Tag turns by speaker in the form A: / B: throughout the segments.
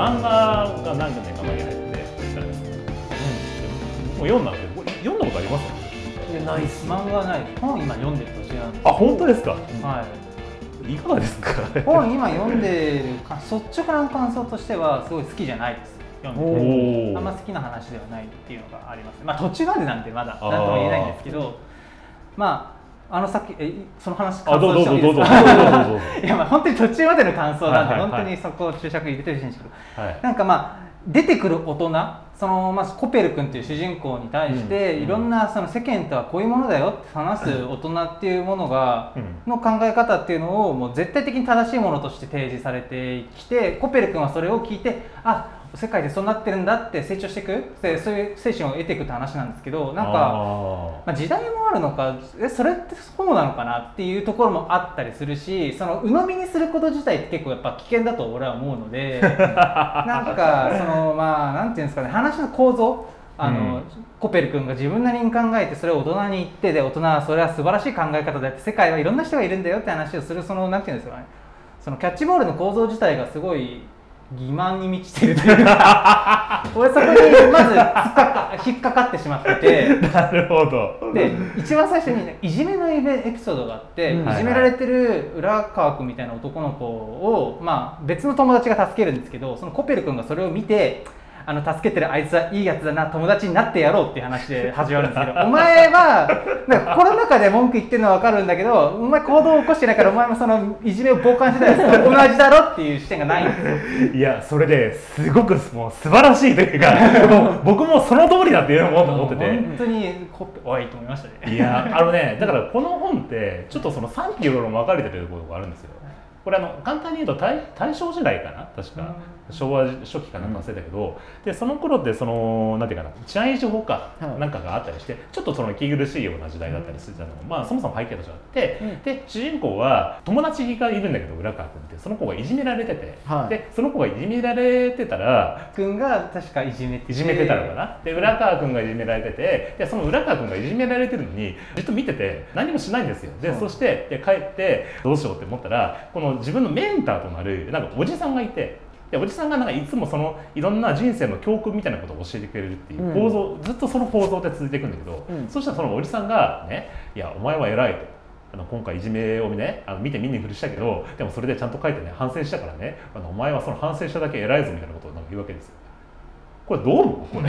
A: 漫画が何年か前に入ってじゃないですか。もう読んだんですけど、読んだことあります？
B: いや、ないっす。漫画はない。本今読んでる途中なんです。
A: あ、本当ですか？
B: はい。
A: いかがですか？
B: 本今読んでる率直な感想としてはすごい好きじゃないです。読んでてあんま好きな話ではないっていうのがあります。まあ途中までなんてまだ何とも言えないんですけど、まあさっきその話感想してもいいですか？いや、まあ本当に途中までの感想なんで、本当にそこを注釈入れてほしいんですけど、なんかまあ出てくる大人、まずコペル君という主人公に対して、いろんなその世間とはこういうものだよって話す大人っていうものが、の考え方っていうのをもう絶対的に正しいものとして提示されてきて、コペル君はそれを聞いて、あ、世界でそうなってるんだって成長していく、そういう精神を得ていくって話なんですけど、なんかまあ、時代もあるのか、それってそうなのかなっていうところもあったりするし、その鵜呑みにすること自体って結構やっぱ危険だと俺は思うのでなんかまあなんていうんですかね、話の構造、コペル君が自分なりに考えてそれを大人に言って、で大人はそれは素晴らしい考え方であって世界はいろんな人がいるんだよって話をする、なんていうんですかね、そのキャッチボールの構造自体がすごい欺瞞に満ちているというか俺そこにまず引っかかってしまってて
A: なるほど。
B: で一番最初に、ね、いじめのエピソードがあって、いじめられてる浦川君みたいな男の子を、まあ、別の友達が助けるんですけど、そのコペル君がそれを見て、助けてるあいつはいいやつだな、友達になってやろうっていう話で始まるんですけどお前はなんかコロナ禍で文句言ってるのは分かるんだけど、お前行動を起こしてないから、お前もそのいじめを傍観してたやつと同じだろっていう視点がないんですよ。
A: いや、それですごくもう素晴らしいというかもう僕もその通りだっていうのを思ってて、
B: 本当においと思いましたね。
A: いや、だからこの本ってちょっとその賛否両論分かれてるところがあるんですよ。これ簡単に言うと大正時代かな、確か昭和初期かなんか忘れたけど、でその頃ってなんていうかな、治安維持法かなんかがあったりして、ちょっとその息苦しいような時代だったりするのも、まあそもそも背景としてあって、で主人公は友達がいるんだけど、浦川君ってその子がいじめられてて、でその子がいじめられてたら
B: 君が確かいじめ
A: てたのかな。で浦川君がいじめられてて、でその浦川君がいじめられてるのにずっと見てて何もしないんですよ。でそして帰ってどうしようって思ったら、この自分のメンターとなるなんかおじさんがいて、でおじさんがなんかいつもいろんな人生の教訓みたいなことを教えてくれるっていう構造、ずっとその構造で続いていくんだけど、そしたらそのおじさんがね、いやお前は偉いと、今回いじめをね見て見ぬふりしたけど、でもそれでちゃんと書いてね反省したからね、お前はその反省しただけ偉いぞみたいなことをなんか言うわけですよ。これどう思うこれ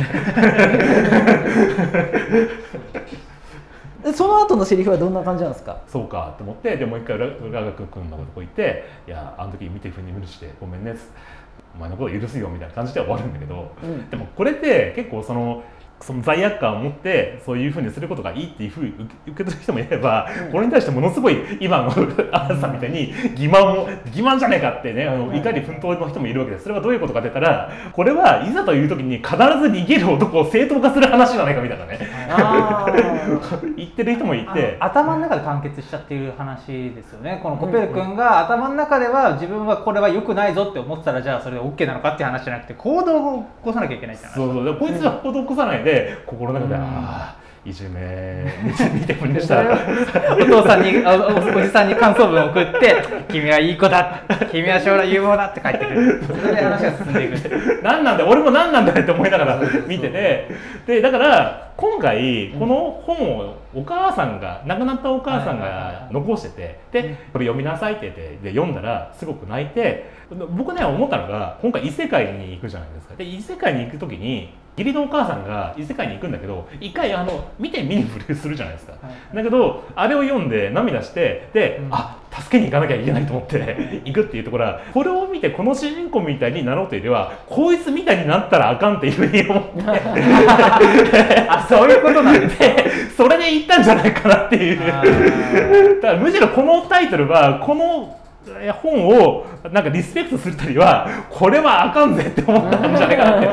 C: その後のセリフはどんな感じなんですか？
A: そうかと思って、でもう一回浦川君のとこ行って、いやあの時見てふに無理してごめんね、お前のこと許すよみたいな感じで終わるんだけど、でもこれって結構その罪悪感を持ってそういうふうにすることがいいっていうふうに受け取る人もいれば、これに対してものすごい今のアンさんみたいに欺瞞じゃねえかってね、怒り奮闘の人もいるわけです。それはどういうことかって言ったら、これはいざという時に必ず逃げる男を正当化する話じゃないかみたいなね言ってる人もいて、
B: 頭の中で完結しちゃっている話ですよね。このコペル君が頭の中では自分はこれは良くないぞって思ってたら、じゃあそれで OK なのかっていう話じゃなくて、行動を起こさなきゃいけないって話。
A: そうこいつは行動を起こさないで心の中でいじめ見てくれした
B: お父さんにおじさんに感想文を送って「君はいい子だ」「君は将来有望だ」って書いてくる。それで話が進んでいく。
A: 何なんだ俺も何なんだって思いながら見てて、でだから今回この本をお母さんが亡くなったお母さんが残してて、でこれ読みなさいって言ってで読んだらすごく泣いて、僕ね思ったのが、今回異世界に行くじゃないですか。で異世界に行く時に義理のお母さんが異世界に行くんだけど、一回見て見ぬふりするじゃないですか。だけどあれを読んで涙して、で助けに行かなきゃいけないと思って行くっていうところは、これを見てこの主人公みたいになろうというよりは、こいつみたいになったらあかんっていうふうに思って
B: そういうことなんですね。
A: それで言ったんじゃないかなっていう。だからむしろこのタイトルはこの本をなんかリスペクトするたりは、これはあかんぜって思ったんじゃないかなって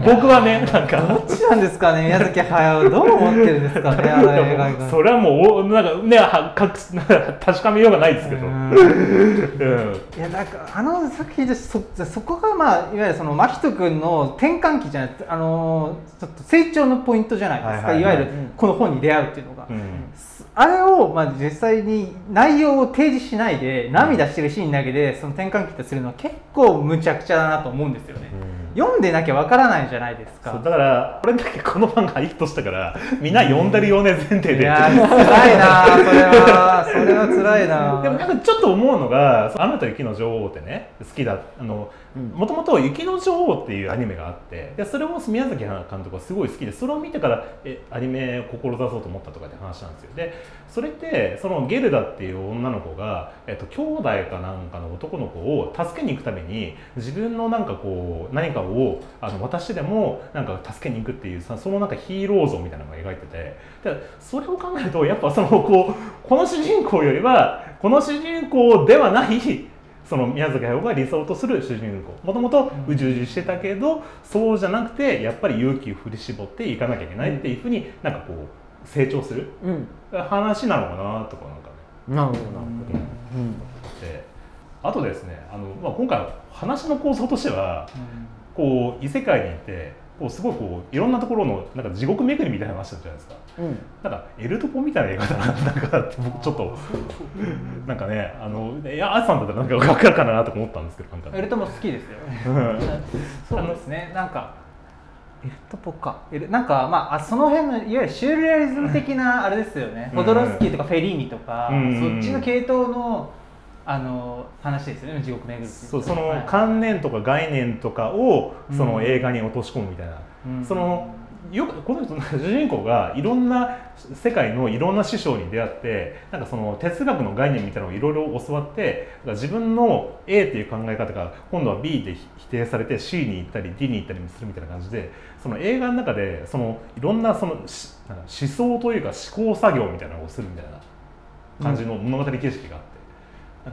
A: 僕はねなんか
B: どっちなんですかね、宮崎駿どう思ってるんですかね、あの映画が。
A: それはもうなんかね確かめようがないですけど、
B: いやだからあの作品でそこがまあいわゆるその真人君の転換期じゃない、ちょっと成長のポイントじゃないですか、いわゆるこの本に出会うっていうのが。あれをまあ実際に内容を提示しないで涙してるシーンだけでその転換期ってするのは結構むちゃくちゃだなと思うんですよね。読んでなきゃわからないじゃないですか。
A: だからこれだけこの漫画ヒットしたからみんな読んでるよね前提で。
B: いや辛いなそれは辛いな。
A: でもなんかちょっと思うのが「アナと雪の女王」ってね好きだもともと「雪の女王」っていうアニメがあってでそれも宮崎監督がすごい好きでそれを見てからアニメを志そうと思ったとかって話なんですよ。でそれってそのゲルダっていう女の子が、兄弟かなんかの男の子を助けに行くために自分のなんかこう何かを渡してでもなんか助けに行くっていうそのなんかヒーロー像みたいなのが描いててでそれを考えるとやっぱそのこの主人公よりはこの主人公ではないその宮崎駿が理想とする主人公もともとうじうじしてたけどそうじゃなくてやっぱり勇気を振り絞っていかなきゃいけないっていうふうになんかこう成長する話なのかなとかなんかね。
C: なるほどなるほど。
A: であとですねまあ、今回話の構造としては、こう異世界にいてこうすごいこういろんなところのなんか地獄巡りみたいな話だったじゃないですか、なんかエルトポみたいな映画だななんか僕ちょっとなんかねいやアツさんだったらなんか分かるかなと思ったんですけどなんか、
B: エルトポ好きですよそうですね、なんかエルトポかなんかまあその辺のいわゆるシュールレアリズム的なあれですよね、ホドロフスキーとかフェリーニとか、そっちの系統の話ですよね、地獄巡るって。
A: その観念とか概念とかをその映画に落とし込むみたいな、そのこの人の主人公がいろんな世界のいろんな師匠に出会ってなんかその哲学の概念みたいなのをいろいろ教わって自分の A っていう考え方が今度は B で否定されて C に行ったり D に行ったりするみたいな感じでその映画の中でそのいろんなその思想というか思考作業みたいなのをするみたいな感じの物語形式があって、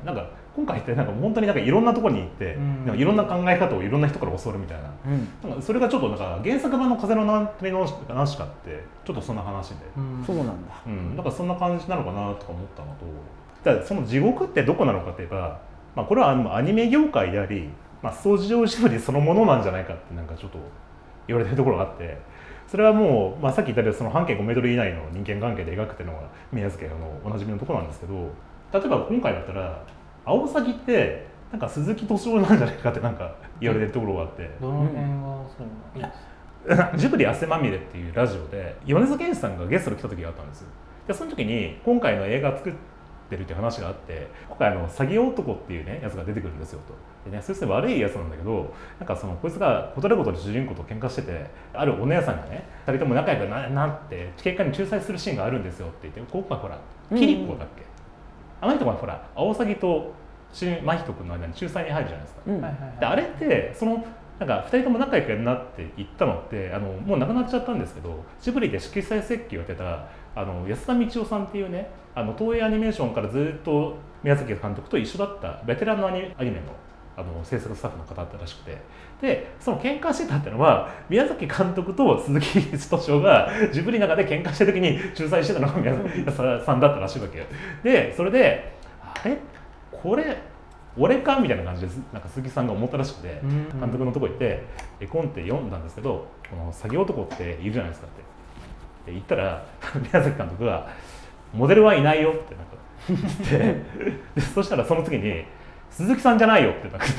A: なんか今回ってなんか本当になんかいろんなところに行って、なんかいろんな考え方をいろんな人から教わるみたいな、なんかそれがちょっとなんか原作版の風の波のナウシカってちょっとそんな話で、
C: そうなんだ。
A: なんかそんな感じなのかなとか思ったのと、だからその地獄ってどこなのかといえば、まあ、これはアニメ業界であり、まあ、ストジオジブリそのものなんじゃないかってなんかちょっと言われてるところがあって、それはもう、まあ、さっき言ったようにその半径5メートル以内の人間関係で描くっていうのが宮崎駿のおなじみのところなんですけど、例えば今回だったらアオサギってなんか鈴木敏夫なんじゃないかってなんか言われてるところがあって、
B: どの辺がそうなんですか？
A: ジブリ汗まみれっていうラジオで米津玄師さんがゲストで来た時があったんですよ。でその時に今回の映画作ってるっていう話があって、今回詐欺男っていうねやつが出てくるんですよと。でね、そして悪いやつなんだけど、なんかそのこいつがことれことで主人公と喧嘩してて、あるお姉さんがね2人とも仲良くなって喧嘩に仲裁するシーンがあるんですよって言って、ここがほらキリコだっけ、あの人がほらアオサギと真人君の間に仲裁に入るじゃないですか、であれってそのなんか2人とも仲良くなって言ったのってもう亡くなっちゃったんですけど、ジブリで色彩設計をやってた安田道夫さんっていうね東映アニメーションからずっと宮崎監督と一緒だったベテランのアニメの制作スタッフの方だったらしくて、でその喧嘩してたってのは宮崎監督と鈴木敏夫がジブリの中で喧嘩した時に仲裁してたのが宮崎さんだったらしいわけで、それであれこれ俺かみたいな感じでなんか鈴木さんが思ったらしくて、監督のとこ行って絵コンテ読んだんですけど、この詐欺男っているじゃないですかって言ったら宮崎監督がモデルはいないよってなんか言ってでそしたらその次に鈴木さんじゃないよってなんか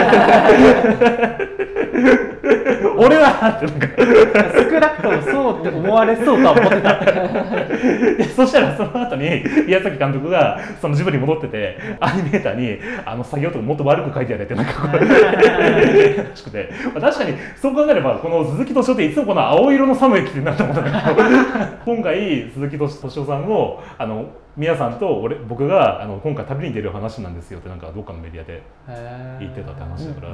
A: 俺はってなんか
B: 少なくともそうって思われそうとは思ってた
A: でそしたらその後に宮崎監督がそのジブリに戻っててアニメーターに作業とかもっと悪く書いてやれってなんかこうらしくて、まあ、確かにそう考えればこの鈴木敏夫っていつもこの青色の寒い着てるなと思ったんだけど今回鈴木敏夫さんも宮さんと僕が今回旅に出る話なんですよってなんかどっかのメディアで言ってたって話だから、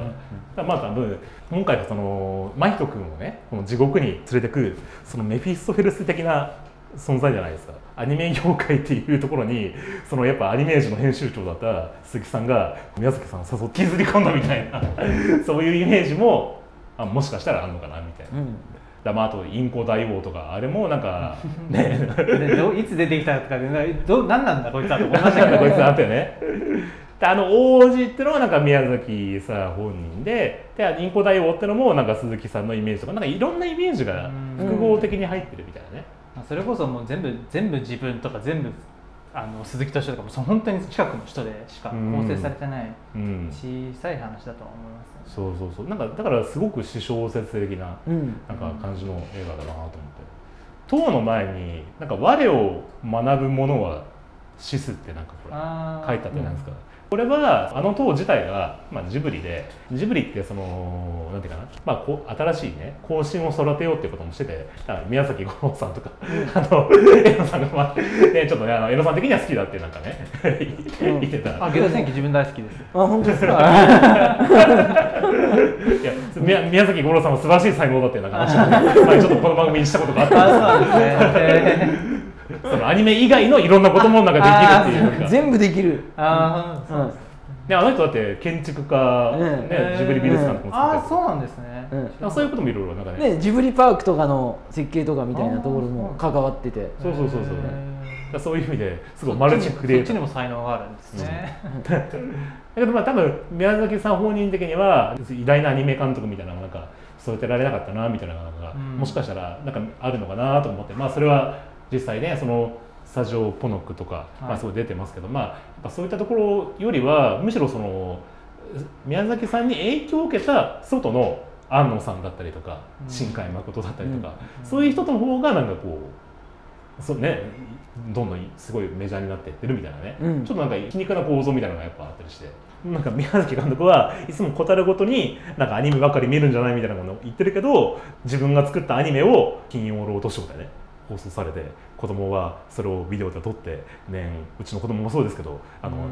A: まあ多分今回はその真人君をねこの地獄に連れてくそのメフィストフェルス的な存在じゃないですか。アニメ業界っていうところにそのやっぱアニメージュの編集長だった鈴木さんが宮崎さんを誘って引きずり込んだみたいなそういうイメージももしかしたらあんのかなみたいな、
C: うん
A: あとインコ大王とかあれもなんかね
B: いつ出てきたとかで何なんだこいつはと思いましたけど
A: こいつあったよね。で王子ってのはなんか宮崎さん本人でインコ大王ってのもなんか鈴木さんのイメージとかなんかいろんなイメージが複合的に入ってるみたいなね。
B: それこそもう全部自分とか全部鈴木敏夫とかも本当に近くの人でしか構成されてない、小さい話だとは思います、ね、
A: そうなんかだからすごく私小説的ななんか感じの映画だなと思って、塔の前になんか我を学ぶものは死すってなんかこれ書いてあったじゃないですか。これは塔自体が、ジブリでジブリってそのなんていうかな、新しいね後進を育てようっていうこともしてて、宮崎吾郎さんとか江野さんがねちょっと江野さん的には好きだってなんかね言ってた。
B: 下田戦記自分大好きです。
C: 本当ですか。
A: いや宮崎吾郎さんも素晴らしい才能だっていうなんか話ちょっとこの番組にしたことがあったんですけど。そのアニメ以外のいろんなこともなんかできるっていうか
C: 全部できる。
A: で人だって建築家、ジブリ美術館とかも作って
B: そうなんですね、
A: そういうこともいろいろなんかね
C: ジブリパークとかの設計とかみたいなところも関わってて、
A: そういう意味ですごいマルチクリエイター、
B: そっちにも才能があるんですね。
A: だけど多分宮崎さん本人的には偉大なアニメ監督みたいなのがなんか育てられなかったなみたいなのが、もしかしたらなんかあるのかなと思って、それは実際ねそのスタジオポノックとか、すごい出てますけど、やっぱそういったところよりはむしろその宮崎さんに影響を受けた外の安野さんだったりとか、新海誠だったりとか、そういう人の方がなんかこうそうねどんどんすごいメジャーになっていってるみたいなね、ちょっとなんか皮肉な構造みたいなのがやっぱあったりして、なんか宮崎監督はいつも事あるごとになんかアニメばかり見るんじゃないみたいなのを言ってるけど、自分が作ったアニメを金曜ロードショーでね放送されて、子供はそれをビデオで撮ってうちの子供もそうですけど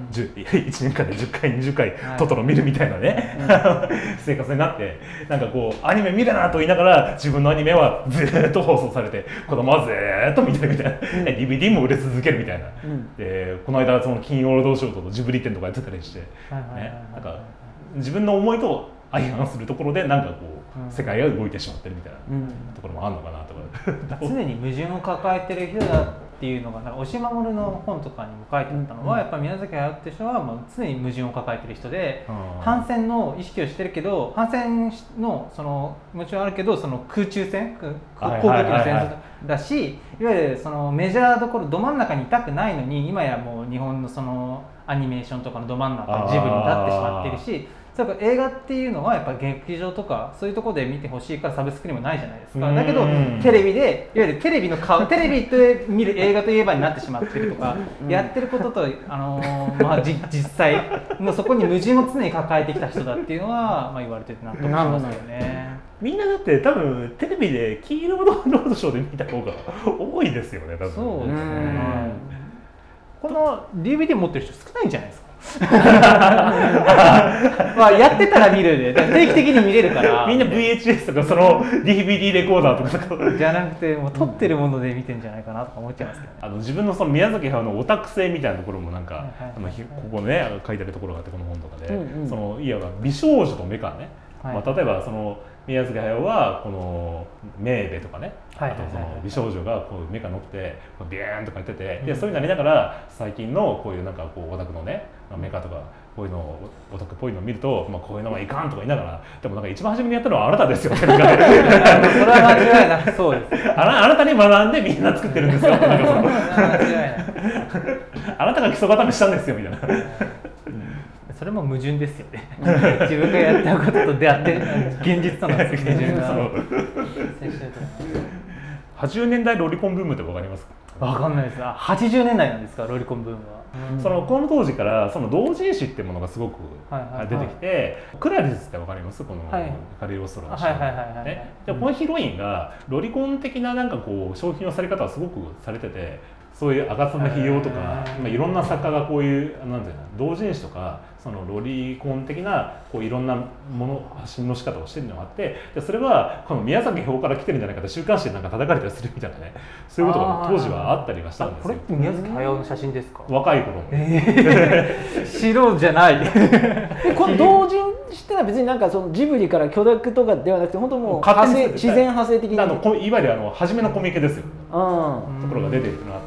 A: 1年間で10回20回トトロ見るみたいなね、生活になって、なんかこうアニメ見るなと言いながら自分のアニメはずっと放送されて子供はずっと見てるみたいな、DVD も売れ続けるみたいな、でこの間その金曜ロードショーとジブリ展とかやってたりして、なんか自分の思いと相反するところでなんかこう世界が動いてしまってるみたいなところもあるのかなとか、
B: 常に矛盾を抱えてる人だっていうのがなんか押守の本とかにも書いてあったのは、やっぱ宮崎駿って人は常に矛盾を抱えてる人で、反戦の意識をしてるけど、反戦のそのもちろんあるけど、その空中戦航空機の戦争だし、いわゆるそのメジャーどころど真ん中にいたくないのに、今やもう日本のそのアニメーションとかのど真ん中ジブリに立ってしまっているし、そうか映画っていうのはやっぱ劇場とかそういうところで見てほしいからサブスクにもないじゃないですか。だけどテレビでいわゆるテレビの顔、テレビで見る映画といえばになってしまってるとか、やってることと実際のそこに矛盾を常に抱えてきた人だっていうのは言われてて納得しますよね。
A: みんなだって多分テレビで金曜ロードショーで見た方が多いですよね。多分
B: そうですね。この DVD 持ってる人少ないんじゃないですか。やってたら見るで、定期的に見れるから
A: みんな VHS とかその DVD レコーダーとか
B: じゃなくてもう撮ってるもので見てんじゃないかなとか思っちゃいますけど、ね、
A: 自分のその宮崎駿のオタク性みたいなところもなんかここね書いてあるところがあって、この本とかで、そのいわば美少女とメカね、例えばその宮崎駿はこのメーベとかね、あとその美少女がこうメカ乗ってビューンとかやってて、でそういうのやりながら最近のこういうなんかこうオタクのねメカとかこういうのオタクっぽいのを見ると、こういうのはいかんとか言いながら、でもなんか一番初めにやったのはあなたですよってそれは
B: 間違いなくそうです
A: あなたに学んでみんな作ってるんですよなんかそのあなたが基礎固めしたんですよみたいな
B: それも矛盾ですよね自分がやったことと出会って現実との矛盾が
A: 80年代ロリコンブームって分かりますか？
B: 分かんないです。80年代なんですか、ロリコンブームは。
A: この当時からその同人誌っていうものがすごく出てきて、クラリスって分かります？このカリー・オストロのシーンね。でこのヒロインがロリコン的ななんかこう商品のされ方はすごくされてて、そういう吾妻ひよとか、いろんな作家がこういうなんていうの同人誌とかそのロリコン的なこういろんなもの発信の仕方をしてるのがあって、でそれはこの宮崎駿から来てるんじゃないかって週刊誌でなんか叩かれたりするみたいなね、そういうことが当時はあったりはしたんですよ。
B: これって宮崎駿の写真ですか？
A: 若い頃の、
B: 素人じゃない
C: でこの同人してのは別になんかそのジブリから許諾とかではなくて本当もう
A: 勝手に
C: 自然派生的に
A: いわゆる初めのコミケですよ、
C: うん、
A: ところが出てるっていうのがあって、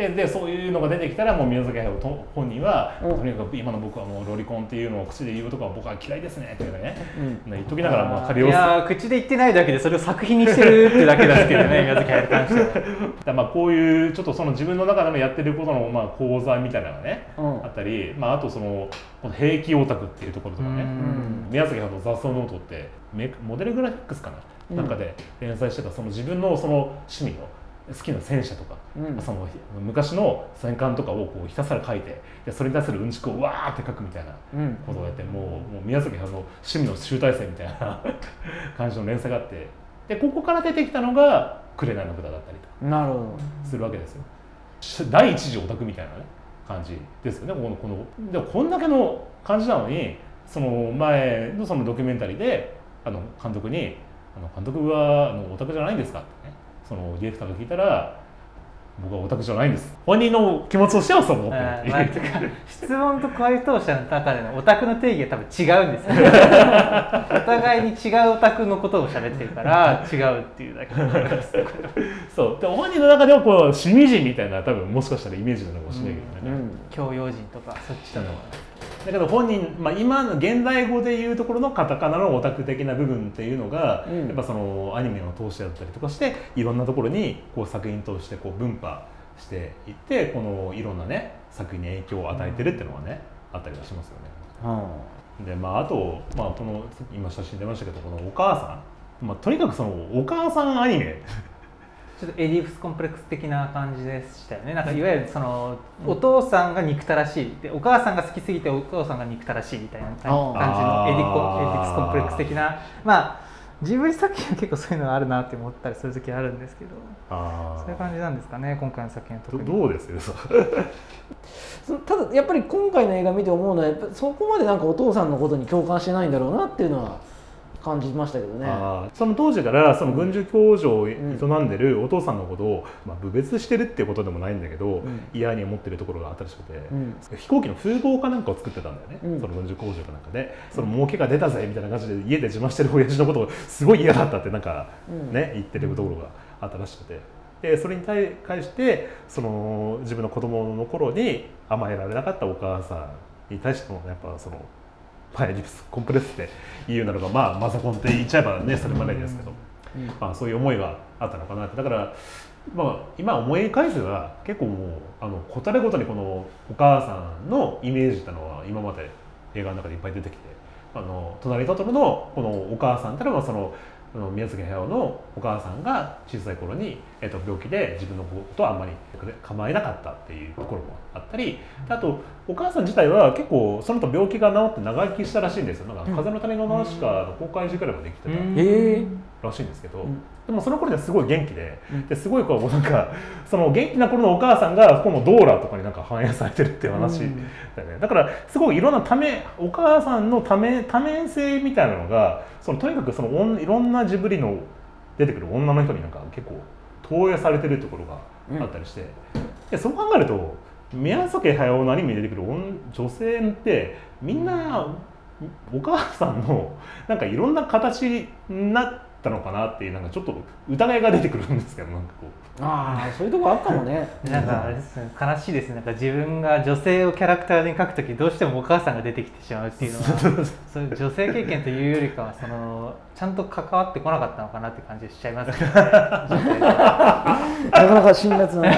A: でそういうのが出てきたらもう宮崎駿本人は、とにかく今の僕はもうロリコンっていうのを口で言うことが僕は嫌いですねっていうね、言っときながらまあ仮を
B: いや口で言ってないだけでそれを作品にしてるってだけですけどね宮崎駿に関しては。
A: まあこういうちょっとその自分の中でもやってることのまあ講座みたいなのがね、あったり、まああとそのこの兵器オタクっていうところとかね、宮崎駿の雑草ノートってモデルグラフィックスかな、なんかで連載してたその自分のその趣味の好きな戦車とか、その昔の戦艦とかをこうひたすら書いて、でそれに対するうんちくをわーって書くみたいなことをやって、もう宮崎駿の趣味の集大成みたいな感じの連載があって、でここから出てきたのが「紅の豚」だったりとか
C: なるほど
A: するわけですよ。第一次オタクみたいなね感じですよね。でもこんだけの感じなのに、その前のそのドキュメンタリーで監督に「監督はオタクじゃないんですか?」ってね、そのディレクターが聞いたら「僕はオタクじゃないんです」、本人の気持ちとしてはそう思ってるっていう、
B: 質問と回答者の中でのオタクの定義が多分違うんですよねお互いに違うオタクのことを喋ってるから違うっていうだけです
A: そうでも本人の中ではこう趣味人みたいな多分もしかしたらイメージなのかもしれないけどね、
B: 教養人とかそっちだと思います。
A: だけど本人、今の現代語でいうところのカタカナのオタク的な部分っていうのが、やっぱそのアニメを通してだったりとかしていろんなところにこう作品としてこう分派していって、このいろんなね作品に影響を与えてるっていうのはね、あったりはしますよね。であと、この今写真出ましたけど、このお母さん、とにかくそのお母さんアニメ
B: ちょっとエディプスコンプレックス的な感じでしたよね。なんかいわゆるそのお父さんが憎たらしいで、お母さんが好きすぎてお父さんが憎たらしいみたいな感じのエディプスコンプレックス的な、ジブリ作品は結構そういうのがあるなって思ったりする時あるんですけど、そういう感じなんですかね今回の作品は特に。
A: どうですよ
C: ただやっぱり今回の映画見て思うのはやっぱそこまでなんかお父さんのことに共感してないんだろうなっていうのは感じましたけどね。
A: その当時からその軍需工場を営んでるお父さんのことを、侮蔑してるっていうことでもないんだけど、嫌に思ってるところがあったらしくて、飛行機の風貌かなんかを作ってたんだよね、その軍需工場かなんかで、その儲けが出たぜみたいな感じで家で自慢してる親父のことをすごい嫌だったってなんかね、言ってるところがあったらしくて、でそれに対してその自分の子供の頃に甘えられなかったお母さんに対してもやっぱそのエディプスコンプレックスっていうなのが、マザコンって言っちゃえばねそれまでですけど、そういう思いがあったのかなって。だから、今思い返せば結構もう答えごとにこのお母さんのイメージってのは今まで映画の中でいっぱい出てきて、隣トトロのこのお母さんってのはその宮崎駿のお母さんが小さい頃に、病気で自分のことはあんまり構えなかったっていうところもあったり、あとお母さん自体は結構その後病気が治って長生きしたらしいんですよ。なんか風の谷のナウシカの公開時くらいまで生きてたらしいんですけど、でもその頃にはすごい元気ですごいこうなんかその元気な頃のお母さんがこのドーラとかになんか反映されてるっていう話だよね。だからすごいいろんなお母さんの多面性みたいなのがとにかくそのいろんなジブリの出てくる女の人になんか結構投影されてるところがあったりして、でそう考えると宮崎駿のアニメに出てくる女性ってみんなお母さんのなんかいろんな形になったのかなっていうなんかちょっと疑いが出てくるんですけど、なんかこう
C: そういうとこあったもんね。
B: なんかあれですね、悲しいですね。なんか自分が女性をキャラクターに描くときどうしてもお母さんが出てきてしまうっていうのはそういう女性経験というよりかはちゃんと関わってこなかったのかなって感じしちゃいますけどねな
C: かなか辛辣な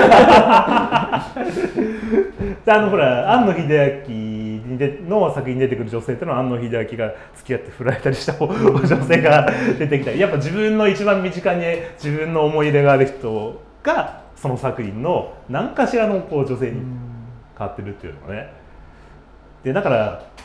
A: ほら庵野秀明の作品に出てくる女性っていうのは庵野秀明が付き合って振られたりした女性が出てきたり、やっぱ自分の一番身近に自分の思い入れがある人がその作品の何かしらのこう女性に変わってるっていうのがね。でだから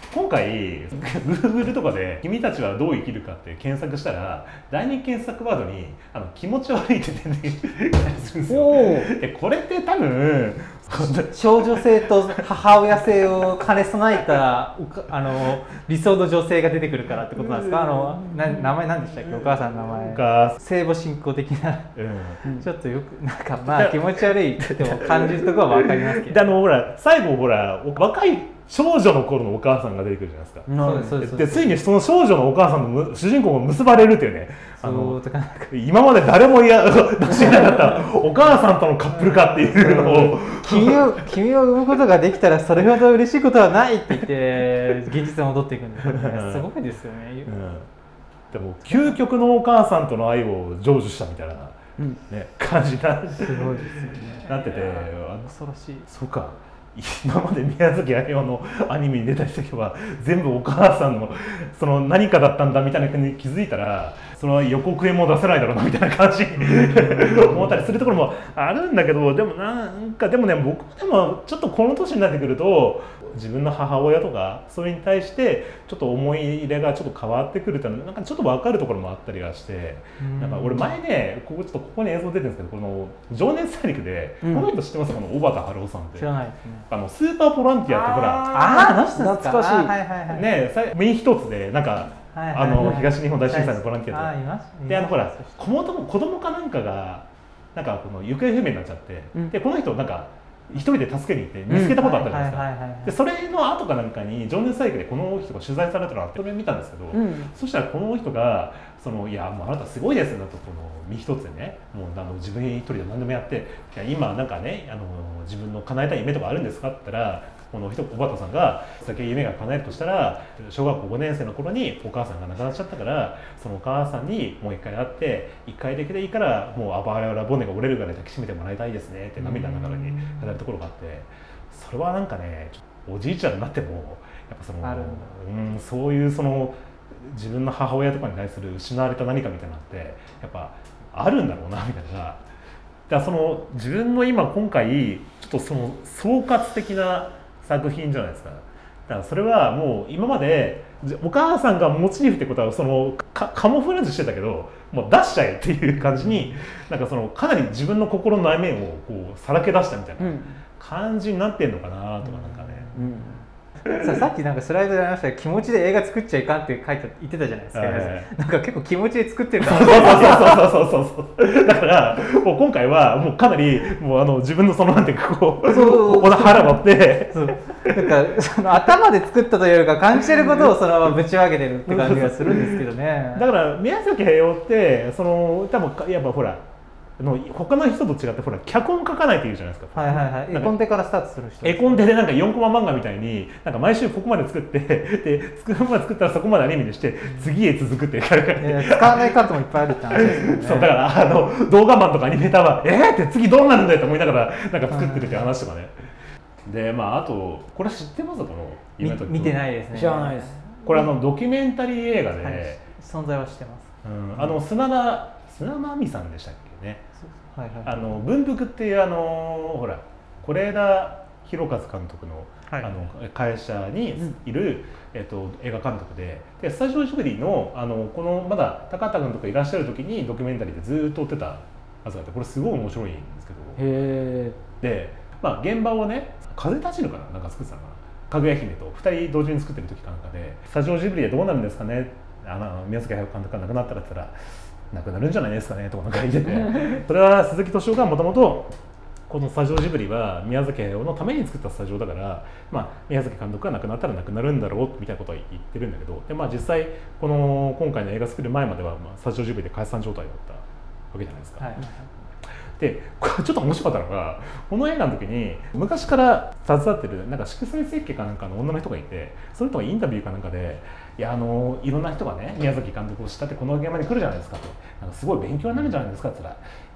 A: 今回 Google とかで「君たちはどう生きるか」って検索したら第二検索ワードに気持ち悪いって出てきたりするんですよ。でこれって多分
B: 少女性と母親性を兼ね備えた理想の女性が出てくるからってことなんですか。名前何でしたっけ、お母さんの名前。聖母信仰的な、ちょっとよくなんかまあ気持ち悪いっても感じるところは分かりますけど、
A: でほら最後ほら若い少女の頃のお母さんが出てくるじゃないですか。でついにその少女のお母さんの主人公が結ばれるっていうね、今まで誰も出してなかったお母さんとのカップル化っていうのを
B: 君を産むことができたらそれほど嬉しいことはないって言って現実に戻っていくんですよね。すごいですよね。
A: でも究極のお母さんとの愛を成就したみたいな、ね、感じになってて、
B: すごいですよね。
A: なってて
B: 恐ろしい。
A: そうか、今まで宮崎駿のアニメに出た人は全部お母さんのその何かだったんだみたいな風に気づいたら、その予告編も出せないだろうなみたいな感じに思ったりするところもあるんだけど、でもなんかでもね、僕でもちょっとこの年になってくると自分の母親とかそれに対してちょっと思い入れがちょっと変わってくるっていうのはなんかちょっと分かるところもあったりはして、なんか俺前ねちょっとここに映像出てるんですけど、この「情熱大陸」で、この人知ってます？この小畑春夫さんって。
B: 知らないですね。
A: スーパーボランティアってほら
B: 懐かしい
A: ね、身一つでなんか東日本大震災のボランティアで、ほら子供かなんかがなんかこの行方不明になっちゃって、でこの人なんか一人で助けに行って見つけたことあったじゃないですか。でそれの後かなんかに情熱大陸でこの人が取材されたのがあって、それを見たんですけど、そしたらこの人がいやもうあなたすごいですなと、この身一つでね、もう自分一人で何でもやって、いや今なんかね自分の叶えたい夢とかあるんですかって言ったら、この小畑さんが先夢が叶えるとしたら、小学校5年生の頃にお母さんが亡くなっちゃったから、そのお母さんにもう一回会って一回だけでいいからもうあばら骨が折れるぐらい抱きしめてもらいたいですねって涙ながらに語るところがあって、それはなんかねおじいちゃんになってもやっぱそういう自分の母親とかに対する失われた何かみたいなのってやっぱあるんだろうなみたいな。だから自分の今回ちょっと総括的な作品じゃないですか。だからそれはもう今までお母さんがモチーフってことはカモフラージュしてたけど、もう出しちゃえっていう感じに、なんかかなり自分の心の内面をこうさらけ出したみたいな感じになってんのかなとかなんかね。
B: さっきなんかスライドでありましたけど、気持ちで映画作っちゃいかんって言ってたじゃないですか。なんか結構気持ちで作ってるから。
A: そうだからもう今回はもうかなりもう自分のなんていうか腹持って
B: なんか頭で作ったというよりか感じてることをそのままぶち上げてるって感じがするんですけどね。
A: だから宮崎駿って多分やっぱほら他の人と違ってほら脚本書かないというじゃないですか。
B: 絵コンテからスタートする人。
A: 絵コンテでなんか4コマ漫画みたいになんか毎週ここまで作ってで作ったらそこまでアニメにして次へ続くって使
B: わないカットもいっぱいあるって話ですよね。
A: そうだから動画マンとかアニメーターはって次どうなるんだよと思いながらなんか作ってるって話とかね。であとこれ知ってます？この
B: 夢と見てないですね。
C: 知らないです。
A: これドキュメンタリー映画で、
B: 存在は知ってます。
A: 砂間美さんでしたっけね。文福っていうほら是枝裕和監督の会社にいる映画監督で、スタジオジブリのこのまだ高畑君とかいらっしゃる時にドキュメンタリーでずっと追ってたやつがあって、これすごい面白いんですけど、で現場をね風立ちぬかななんか作ってたのかな、かぐや姫と2人同時に作ってる時かなんかで、スタジオジブリでどうなるんですかね、宮崎駿監督が亡くなったらって言ったらなくなるんじゃないですかねとかなんか言っててそれは鈴木敏夫がもともとこのスタジオジブリは宮崎駿のために作ったスタジオだから、宮崎監督が亡くなったら亡くなるんだろうみたいなことは言ってるんだけど、で実際今回の映画作る前まではスタジオジブリで解散状態だったわけじゃないですか。でこれちょっと面白かったのが、この映画の時に昔から携わってるなんか色彩設計かなんかの女の人がいて、その人がインタビューかなんかでいろんな人がね宮崎監督を知ったってこの現場に来るじゃないですかと、なんかすごい勉強になるんじゃないですかって言ったら、いや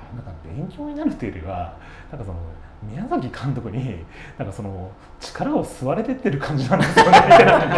A: なんか勉強になるというよりはなんかその宮崎監督になんかその力を吸われてってる感じなんですよねみたいな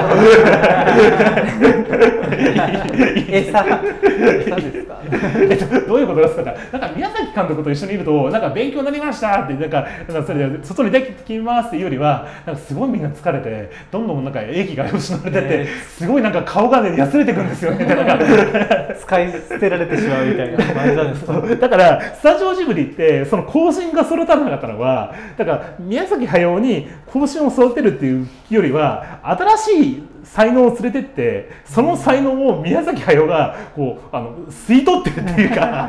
B: 餌ですか
A: どういうことですか。なんか宮崎監督と一緒にいるとなんか勉強になりましたってなんかそれで外に出てきますっていうよりはなんかすごいみんな疲れてどんどんなんか息が失われてってすごいなんか顔がねやつれてくんですよねなんか
B: 使い捨てられてしまうみたいな感じなんですか。
A: だからスタジオジブリってその更新がそれたらなかったのはだから宮崎駿に更新を育てるっていうよりは新しい才能を連れてってその才能を宮崎駿がこう吸い取ってるっていうか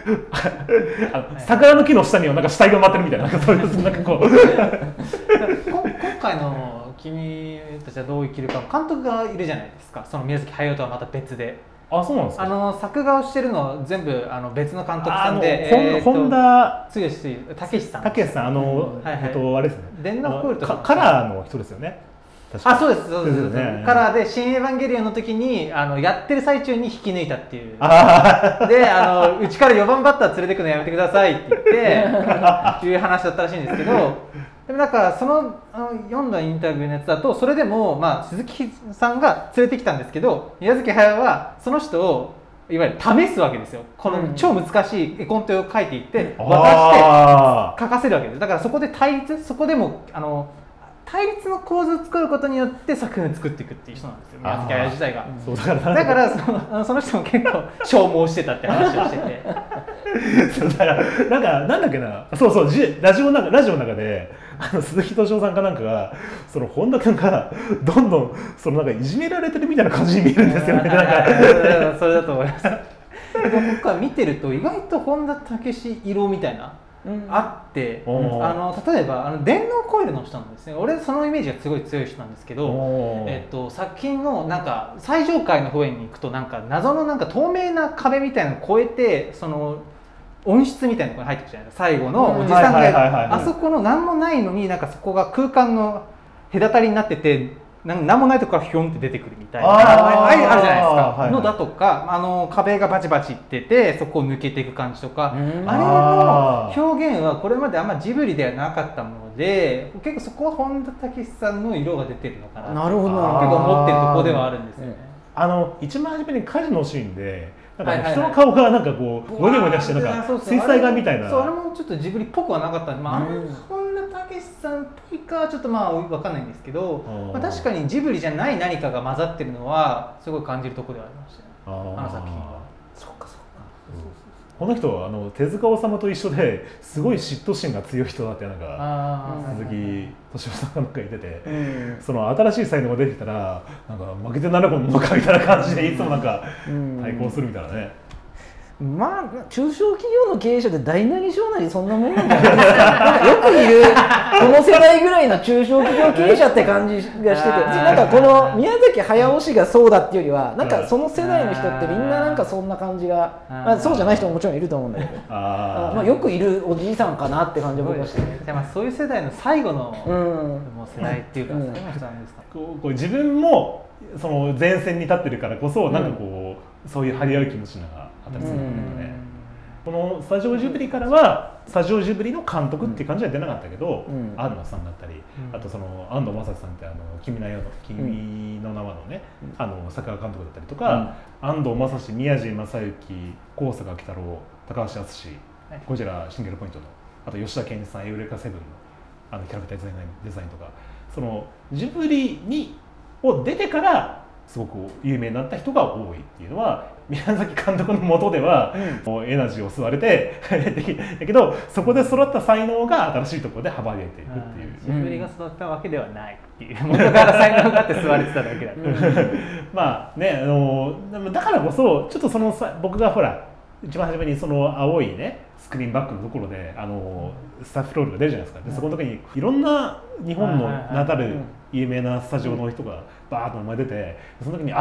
A: 桜の木の下にはなんか死体が埋まってるみたいなそういうなんかこう
B: 今回の「君たちはどう生きるか」監督がいるじゃないですか。その宮崎駿とはまた別で。
A: あ、そうなんですか。
B: 作画をしてるのは全部別の監督さんで、
A: 本田
B: 剛武さん、
A: あれですね。
B: 電脳コールとか
A: カラーの人ですよね。
B: あ、そうです、そうです、カラーで「新エヴァンゲリオン」の時にやってる最中に引き抜いたっていうでうちから4番バッター連れてくのやめてくださいって言っていう話だったらしいんですけど、でもなんかその読んだインタビューのやつだとそれでも、まあ、鈴木さんが連れてきたんですけど宮崎駿はその人をいわゆる試すわけですよ。この超難しい絵コンテを描いていって渡して描かせるわけです。だからそこでそこでも対立の構図を作ることによって作品を作っていくっていう人なんですよ、宮崎駿自体が。そうだからその人も結構消耗してたって話をしてて
A: そうだからなんだっけな、そうラジオの中で鈴木敏夫さんかなんかがその本田君がどんどんそのなんかいじめられてるみたいな感じに見えるんですよね。なんか
B: それだと思います。でも今回見てると意外と本田武史色みたいなあって、例えば電脳コイルの人なんですね。俺そのイメージがすごい強い人なんですけど、作品のなんか最上階の方に行くとなんか謎のなんか透明な壁みたいなのを越えてその温室みたいなところに入ってくるじゃないですか。最後のおじさんがあそこの何もないのになんかそこが空間の隔たりになってて何もないとこからヒョンって出てくるみたいなあるじゃないですか、のだとか壁がバチバチいっててそこを抜けていく感じとか、あれの表現はこれまであんまジブリではなかったもので結構そこは本田武史さんの色が出てるのかな
C: なるほど
B: 結構思ってるところではあるんですよね。
A: 一番初めに火事のシーンでなんか人の顔がなんかこうゴニョゴニョしてなんか水彩画みたいな、
B: そうあれもちょっとジブリっぽくはなかったんで、本田武史さんっぽいかはちょっとまあ分かんないんですけど、確かにジブリじゃない何かが混ざってるのはすごい感じるところではありましたね、あの作品は。
C: そっか
A: この人手塚治虫と一緒ですごい嫉妬心が強い人だってなんか鈴木敏夫さんがなんか言ってて、その新しい才能が出てきたらなんか負けてならこのかみたいな感じでいつもなんか対抗するみたいなね。
C: まあ中小企業の経営者で大なり小なりそんなもんなんじゃないですか。なんかよくいるこの世代ぐらいの中小企業経営者って感じがしてて、なんかこの宮崎駿氏がそうだっていうよりはなんかその世代の人ってみんななんかそんな感じが、まあ、そうじゃない人ももちろんいると思うんだけど、まあ、よくいるおじいさんかなって感じが僕はしてね。
B: じゃあまあそういう世代の最後の、もう世代っていうか、最後の人なんですか。
A: こう自分もその前線に立ってるからこそなんかこう、そういう張り合う気持ちがあったりするんだよね。このスタジオジブリからはスタジオジブリの監督っていう感じは出なかったけど、安野さんだったり、あとその安藤正史さんって君の名はのね、作画監督だったりとか、安藤正史、宮地正幸、高坂喜太郎、高橋敦、ゴジラシングルポイントの、あと吉田健一さん、エウレカセブンのキャラクターデザインとか、そのジブリを出てからすごく有名になった人が多いっていうのは宮崎監督の下では、エナジーを吸われてだけどそこで育った才能が新しいところで羽ばたいていくっていう、
B: ジブリが育ったわけではないっていう元から才能があって吸われてただけだ
A: まあねだからこそちょっとその僕がほら一番初めにその青いねスクリーンバックのところでスタッフロールが出るじゃないですか。でそこの時にいろんな日本の名だたる有名なスタジオの人がバーッと名前出て、その時に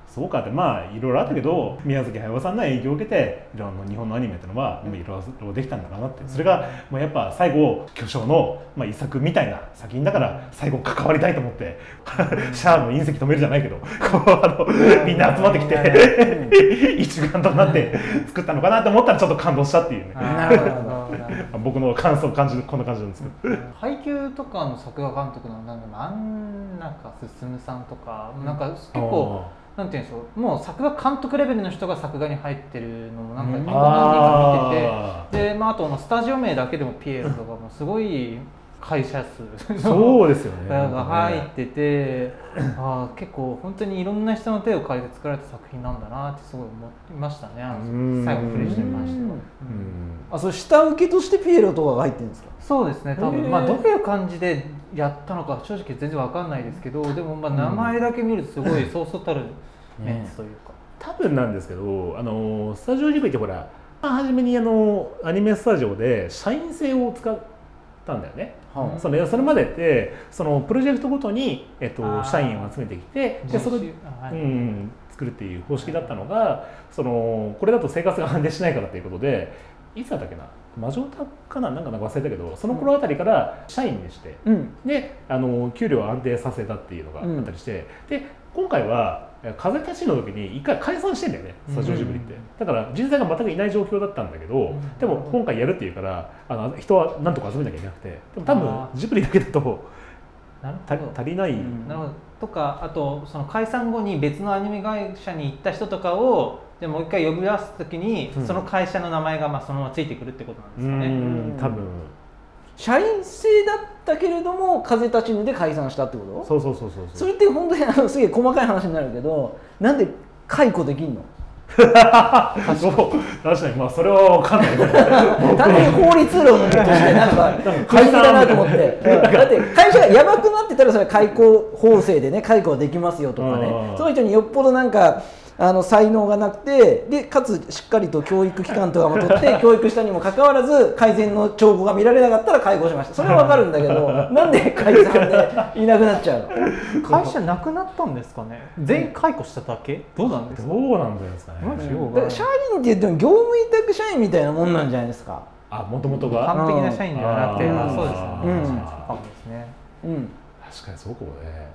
A: そうかってまあいろいろあったけど、宮崎駿さんの影響を受けて日本のアニメっていうのはいろいろできたんだなって、それがもうやっぱ最後巨匠の一作みたいな作品だから最後関わりたいと思ってシャアの隕石止めるじゃないけどみんな集まってきて一丸となって作ったのかなと思ったらちょっと感動したっていうね。
C: なるほど
A: 僕の感想こんな感じなんですけど
B: 配給とかの作画監督のなんか安中進さんとかなんか結構なんていうんでしょう、もう作画監督レベルの人が作画に入ってるのもなんか何人か見てて、で、あとスタジオ名だけでもピエロとかもすごい会社数
A: そうですよね
B: が入ってて、結構本当にいろんな人の手を借りて作られた作品なんだなってすごい思いましたね。最後プレイしてみました。
C: それ下請けとしてピエロとかが入ってるんですか？
B: そうですね、多分どういう感じでやったのか正直全然わかんないですけど、でも名前だけ見るとすごいそうそうたるメンツというか、
A: 多分なんですけどスタジオジブリってほら、初めにアニメスタジオで社員制を使ったんだよね。それまでってそのプロジェクトごとに、社員を集めてきてでそれ作るっていう方式だったのが、これだと生活が安定しないからということで、いつだったっけな、魔女宅かな、なんか忘れたけど、その頃あたりから社員にして、で給料を安定させたっていうのがあったりして、で今回は風立ちの時に一回解散してんだよね、スタジオジブリって。だから人材が全くいない状況だったんだけど、でも今回やるっていうから人はなんとか集めなきゃいけなくて、でも多分ジブリだけだと足りない。
B: なるほど。とか、あとその解散後に別のアニメ会社に行った人とかをでもう一回呼び出すときに、その会社の名前がそのままついてくるってことなんですかね。
A: 多分
C: 社員制だったけれども風立ちぬで解散したってこと？
A: そう
C: それって本当にすげえ細かい話になるけど、なんで解雇できんの？
A: 確かにそれは分かんないね
C: 単純に法律論としてなんか不思議だなと思ってだって会社がやばくなってたらそれは解雇法制でね解雇できますよとかね、その人によっぽどなんか才能がなくて、でかつしっかりと教育機関とかも取って教育したにもかかわらず改善の兆候が見られなかったら解雇しました。それは分かるんだけどなんで解散でいなくなっちゃうの？
B: 会社なくなったんですかね。全員解雇しただけ？どうなんですか？
A: どうなんですかね。
C: だから社員って言っても業務委託社員みたいなもんなんじゃないですか。
A: もともとが
B: 完璧な社員ではなくて、そうですね。かもですね。
A: 確かにそうかも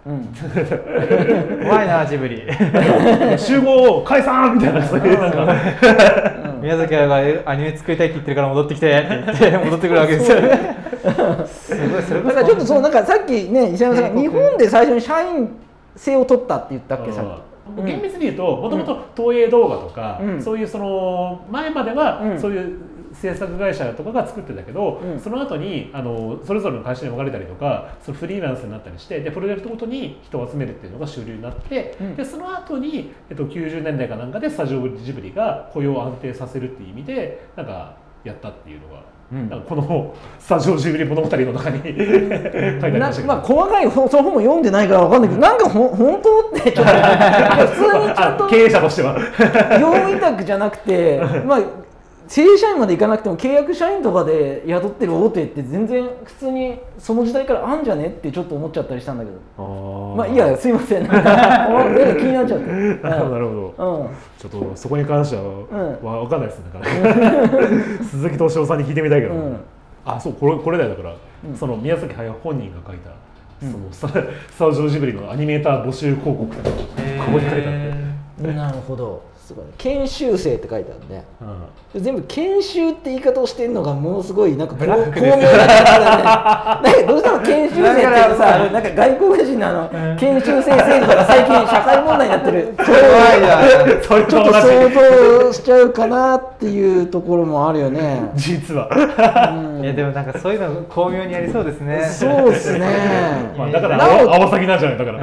A: ね。
B: 怖いなジブリ。
A: 集合解散みたいな、そういうなんか
B: 宮崎駿がアニメ作りたいって言ってるから戻ってきてって言って戻ってくるわけですよね。すごい、それこそ。
C: だからちょっとなんかさっきね石山さんが日本で最初に社員制を取ったって言ったっけさっき。
A: 厳密に言うともともと東映動画とか、そういうその前まではそういう制作会社とかが作ってたけど、その後にそれぞれの会社に分かれたりとか、そのフリーランスになったりして、でプロジェクトごとに人を集めるっていうのが主流になって、でその後に90年代かなんかでスタジオジブリが雇用を安定させるっていう意味でなんかやったっていうのが。なんかこのスタジオジブリ物語の中に書いてありましたけど、
C: 細かいその本も読んでないから分かんないけど、なんか本当ってちょっと普通にちゃんと
A: 経営者としては
C: 業務委託じゃなくて正社員までいかなくても契約社員とかで雇ってる大手って全然普通にその時代からあんじゃねってちょっと思っちゃったりしたんだけど、いやすいませんなんか気になっちゃって
A: なるほど、ちょっとそこに関しては分かんないですね、だから鈴木敏夫さんに聞いてみたいけど、そうこれだよ。だからその宮崎駿本人が書いたそのスタジオジブリのアニメーター募集広告とかここに書いてあって、
C: なるほど、すごい研修生って書いてあるね、全部研修って言い方をしてるのがものすごいなんか巧妙な感じだね。どうしても研修生ってさ、なんか外国人の研修生制度が最近社会問題になってるちょっと想像しちゃうかなっていうところもあるよね
A: 実は。
B: いやでもなんかそういうの巧妙にやりそうですね。
C: そうですね。
A: だからアオサギなんじゃないだから。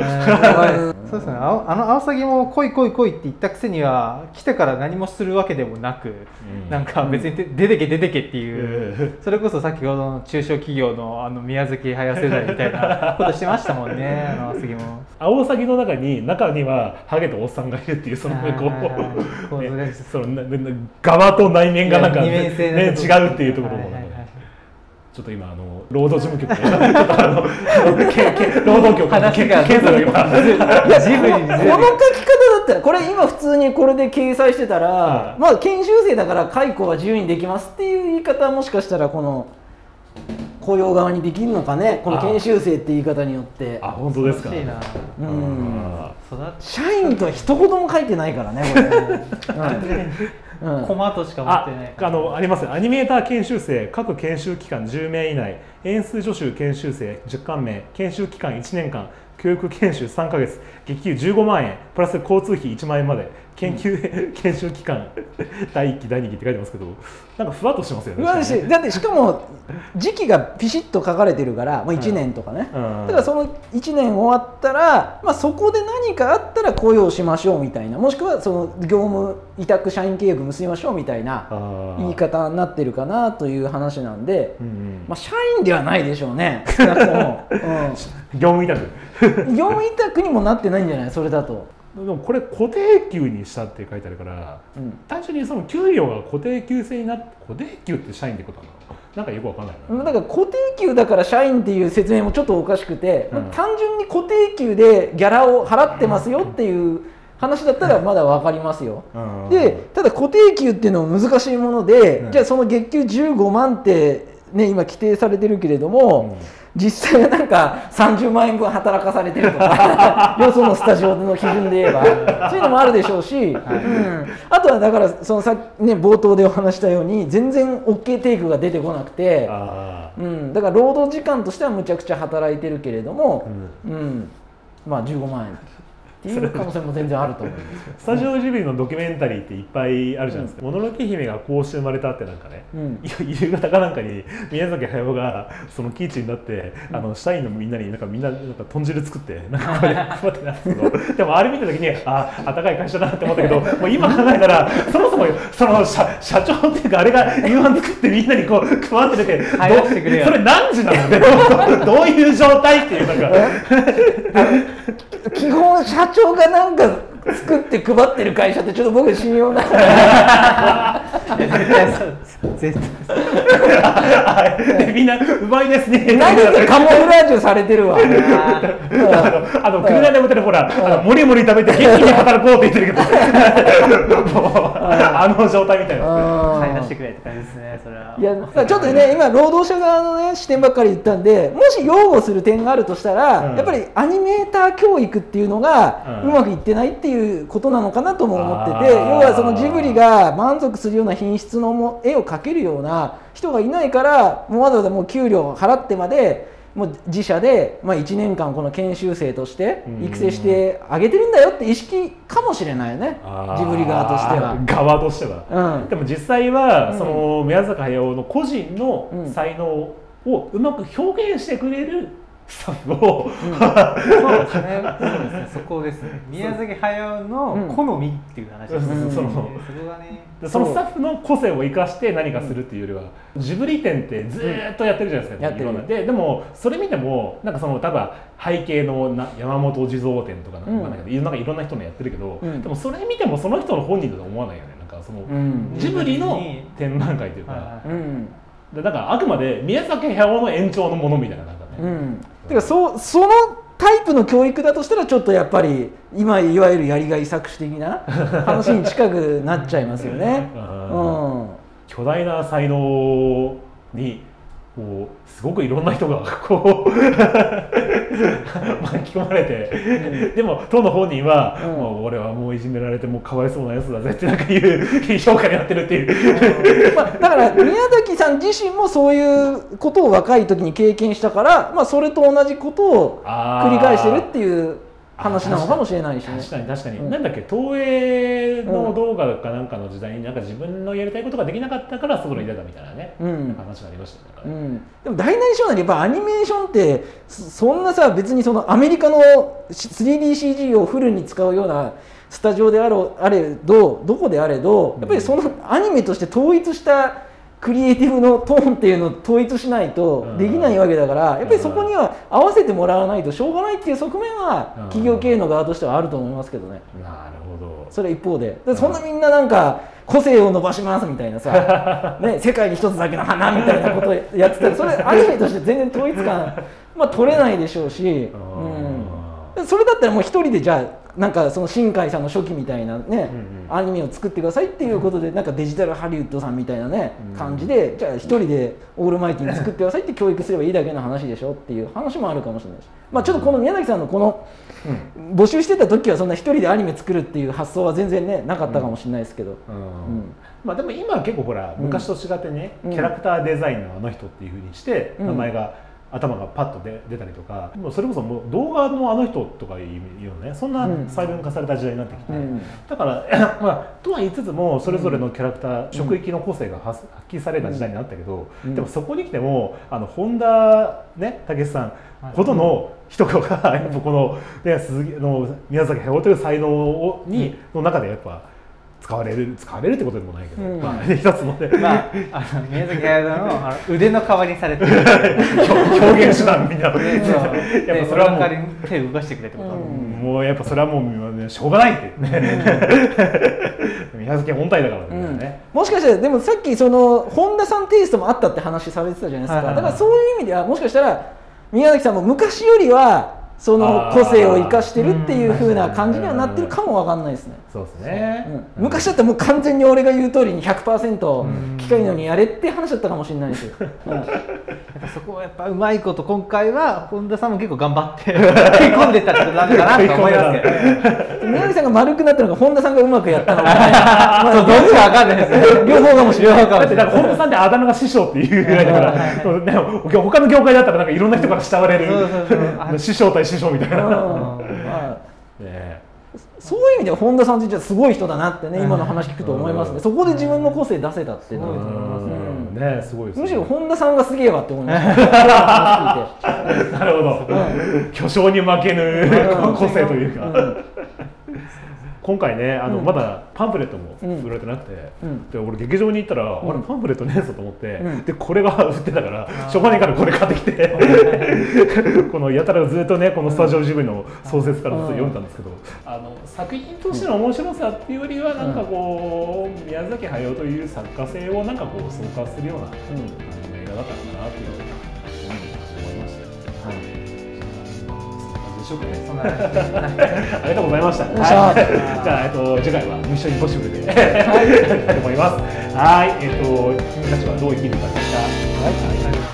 B: そうですね。アオサギも来い来い来いって言ったくせには来てから何もするわけでもなく、なんか別に出てけ出てけっていう、それこそ先ほどの中小企業の宮崎駿世代みたいなことしてましたもんね。アオサギも。
A: アオサギの中にはハゲとおっさんがいるっていうその側と内面がなんか違うっていうところも。 ちょっと今労働事務局で労働局
B: 話が
A: 検査が今
C: いやこの書き方だったらこれ今普通にこれで掲載してたら、まあ研修生だから解雇は自由にできますっていう言い方はもしかしたらこの雇用側にできるのかね、この研修生って言い方によって。
A: あ、本当ですか。
B: 欲しいな。
C: 社員とは一言も書いてないからねこれね
B: コマとしか持ってない。
A: あります。アニメーター研修生、各研修期間10名以内、演出助手研修生10巻名、研修期間1年間、教育研修3ヶ月、月給15万円、プラス交通費1万円まで、研修期間第1期、第2期って書いてますけど、なんかふわっとしてますよね。
C: ふわっとして、だってしかも時期がピシッと書かれてるから、まあ、1年とかね、だからその1年終わったら、まあ、そこで何かあったら雇用しましょうみたいな、もしくはその業務委託社員契約結びましょうみたいな言い方になってるかなという話なんで、まあ、社員ではないでしょうね、少なくとも、
A: 業務委託
C: 業務委託にもなってないんじゃない、それだと。
A: でもこれ固定給にしたって書いてあるから、単純にその給料が固定給制になって、固定給って社員ってことなの？なんかよくわかんないな。
C: だから固定給だから社員っていう説明もちょっとおかしくて、単純に固定給でギャラを払ってますよっていう話だったらまだわかりますよ。で、ただ固定給っていうのも難しいもので、じゃあその月給15万ってね今規定されてるけれども、実際はなんか30万円分働かされてるとかよそのスタジオの基準で言えばそういうのもあるでしょうし、あとはだからそのさ、ね、冒頭でお話したように全然 OK テイクが出てこなくて、だから労働時間としてはむちゃくちゃ働いてるけれども、まあ15万円っていう可能性も全然あると思うんですよ。
A: スタジオジブリのドキュメンタリーっていっぱいあるじゃないですか。もののけ姫がこうして生まれたってなんかね、夕方かなんかに宮崎駿がそのキーチになって、社員のみんなになんか豚汁作ってなんかこれ配ってたんですけど、でもあれ見た時にあったかい会社だなって思ったけど、もう今考えたらそもそもその社長っていうかあれが夕飯作ってみんなにこう配ってて、それ何時なのでどういう状態っていうなんか
C: 基本社長がなんか作って配ってる会社ってちょっと僕信用ない
B: 絶対
A: でみんなうまいですね
C: 何かカモフラージュされてるわ
A: 車でもてるほらもりもり食べて元気に働こうって言ってるけど状態みたいな
B: 買い出してくれって感じですね。それはい
C: やちょっとね今労働者側のね視点ばっかり言ったんで、もし擁護する点があるとしたら、やっぱりアニメーター教育っていうのがうまくいってないっていうことなのかなとも思ってて、要はそのジブリが満足するような品質の絵を描けるような人がいないから、もうわざわざもう給料を払ってまでもう自社で、まあ、1年間この研修生として育成してあげてるんだよって意識かもしれないよね、ジブリ側としては。
A: でも実際は、その宮崎駿の個人の才能をうまく表現してくれるスタッフを、
B: そうですね、そこですね。宮崎駿の好みっていう話ですね。それがね、
A: そのスタッフの個性を生かして何かするっていうよりは、ジブリ展ってずーっとやってるじゃないですか。でもそれ見てもなんかその多分背景の山本地蔵展とかなんかいろんな人のやってるけど、でもそれ見てもその人の本人だと思わないよね。なんかそのジブリの展覧会というか、だからあくまで宮崎駿の延長のものみたいななんかね。
C: てかそのタイプの教育だとしたらちょっとやっぱり今いわゆるやりがい搾取的な話に近くなっちゃいますよね。
A: 巨大な才能にこうすごくいろんな人がこう巻き込まれて、でも当の本人は、もう俺はもういじめられてもうかわいそうなやつだぜってなんかいう評価になってるっていう
C: だから宮崎さん自身もそういうことを若い時に経験したから、それと同じことを繰り返してるっていう話なのかもしれないしね。
A: 確かに、なんだっけ、東映の動画かなんかの時代になんか自分のやりたいことができなかったから外に出たみたいなね、話がありましたね。
C: でも大なり小なりやっぱアニメーションってそんなさ、別にそのアメリカの 3DCG をフルに使うようなスタジオであれどどこであれど、やっぱりそのアニメとして統一したクリエイティブのトーンっていうのを統一しないとできないわけだから、やっぱりそこには合わせてもらわないとしょうがないっていう側面は企業経営の側としてはあると思いますけどね。
A: なるほど。
C: それ一方で、そんなみんななんか個性を伸ばしますみたいなさ、ね、世界に一つだけの花みたいなことをやってたら、それアニメとして全然統一感、取れないでしょうし、それだったらもう一人でじゃあなんかその新海さんの初期みたいなね、アニメを作ってくださいっていうことで、なんかデジタルハリウッドさんみたいなね、感じで、じゃあ一人でオールマイティに作ってくださいって教育すればいいだけの話でしょっていう話もあるかもしれないし、ちょっとこの宮崎さんのこの募集してた時はそんな一人でアニメ作るっていう発想は全然ねなかったかもしれないですけど、
A: でも今は結構ほら昔と違ってね、キャラクターデザインのあの人っていうふうにして名前が頭がパッと出たりとか、もうそれこそもう動画のあの人とかいうのね、そんな細分化された時代になってきて、だからとは言いつつもそれぞれのキャラクター、職域の個性が発揮された時代になったけど、でもそこに来ても本田ね武さんほどの人がやっぱこの、ね、鈴木の宮崎駿という才能の中でやっぱ使われるってことでもないけど、一つのね、
B: 宮崎駿の腕の代わりにされてる
A: 表現手段みんなやっ
B: ぱそれはもう手を動かしてくれってこと、
A: もうやっぱそれはもうしょうがないって宮崎本体だからね、
C: もしかしたらでもさっきその本田さんテイストもあったって話されてたじゃないですか、だからそういう意味ではもしかしたら宮崎さんも昔よりはその個性を生かしてるっていう風な感じにはなってるかもわかんないですね。
A: そうですね。
C: 昔だったらもう完全に俺が言う通りに 100% 機械のにやれって話だったかもしれないですよ。
B: そこはやっぱうまいこと今回は本田さんも結構頑張って食い込んでったってことなのかなと思いますけど。
C: 宮崎さんが丸くなったのが本田さんがうまくやったのか、
B: どっちかわかんないですね。
C: 両方かもしれない。
A: だって本田さんってあだ名が師匠っていうぐらいだから、他の業界だったらなんかいろんな人から慕われる師匠対師匠みたいな。
C: そういう意味では本田さんってすごい人だなってね、今の話聞くと思いますね。そこで自分の個性出せたっていうのは
A: すごいですね。
C: むしろ本田さんがすげえわって思いました。
A: なるほど。巨匠に負けぬ個性というか。今回ねまだパンフレットも売られてなくて、で俺劇場に行ったら、あれパンフレットねえぞと思って、でこれが売ってたからしょうがないからこれ買ってきてこのやたらずっとねこのスタジオジブリの創設からずっと読んだんですけど、作品としての面白さっていうよりはなんかこう宮崎駿という作家性をなんかこう総括するような映画だったのかなっていうのを思いましたよ。ありがとうございました。じゃあ次回はミッションインポッシブルでやりたいと思います。はい、君たちはどう生きるかでした。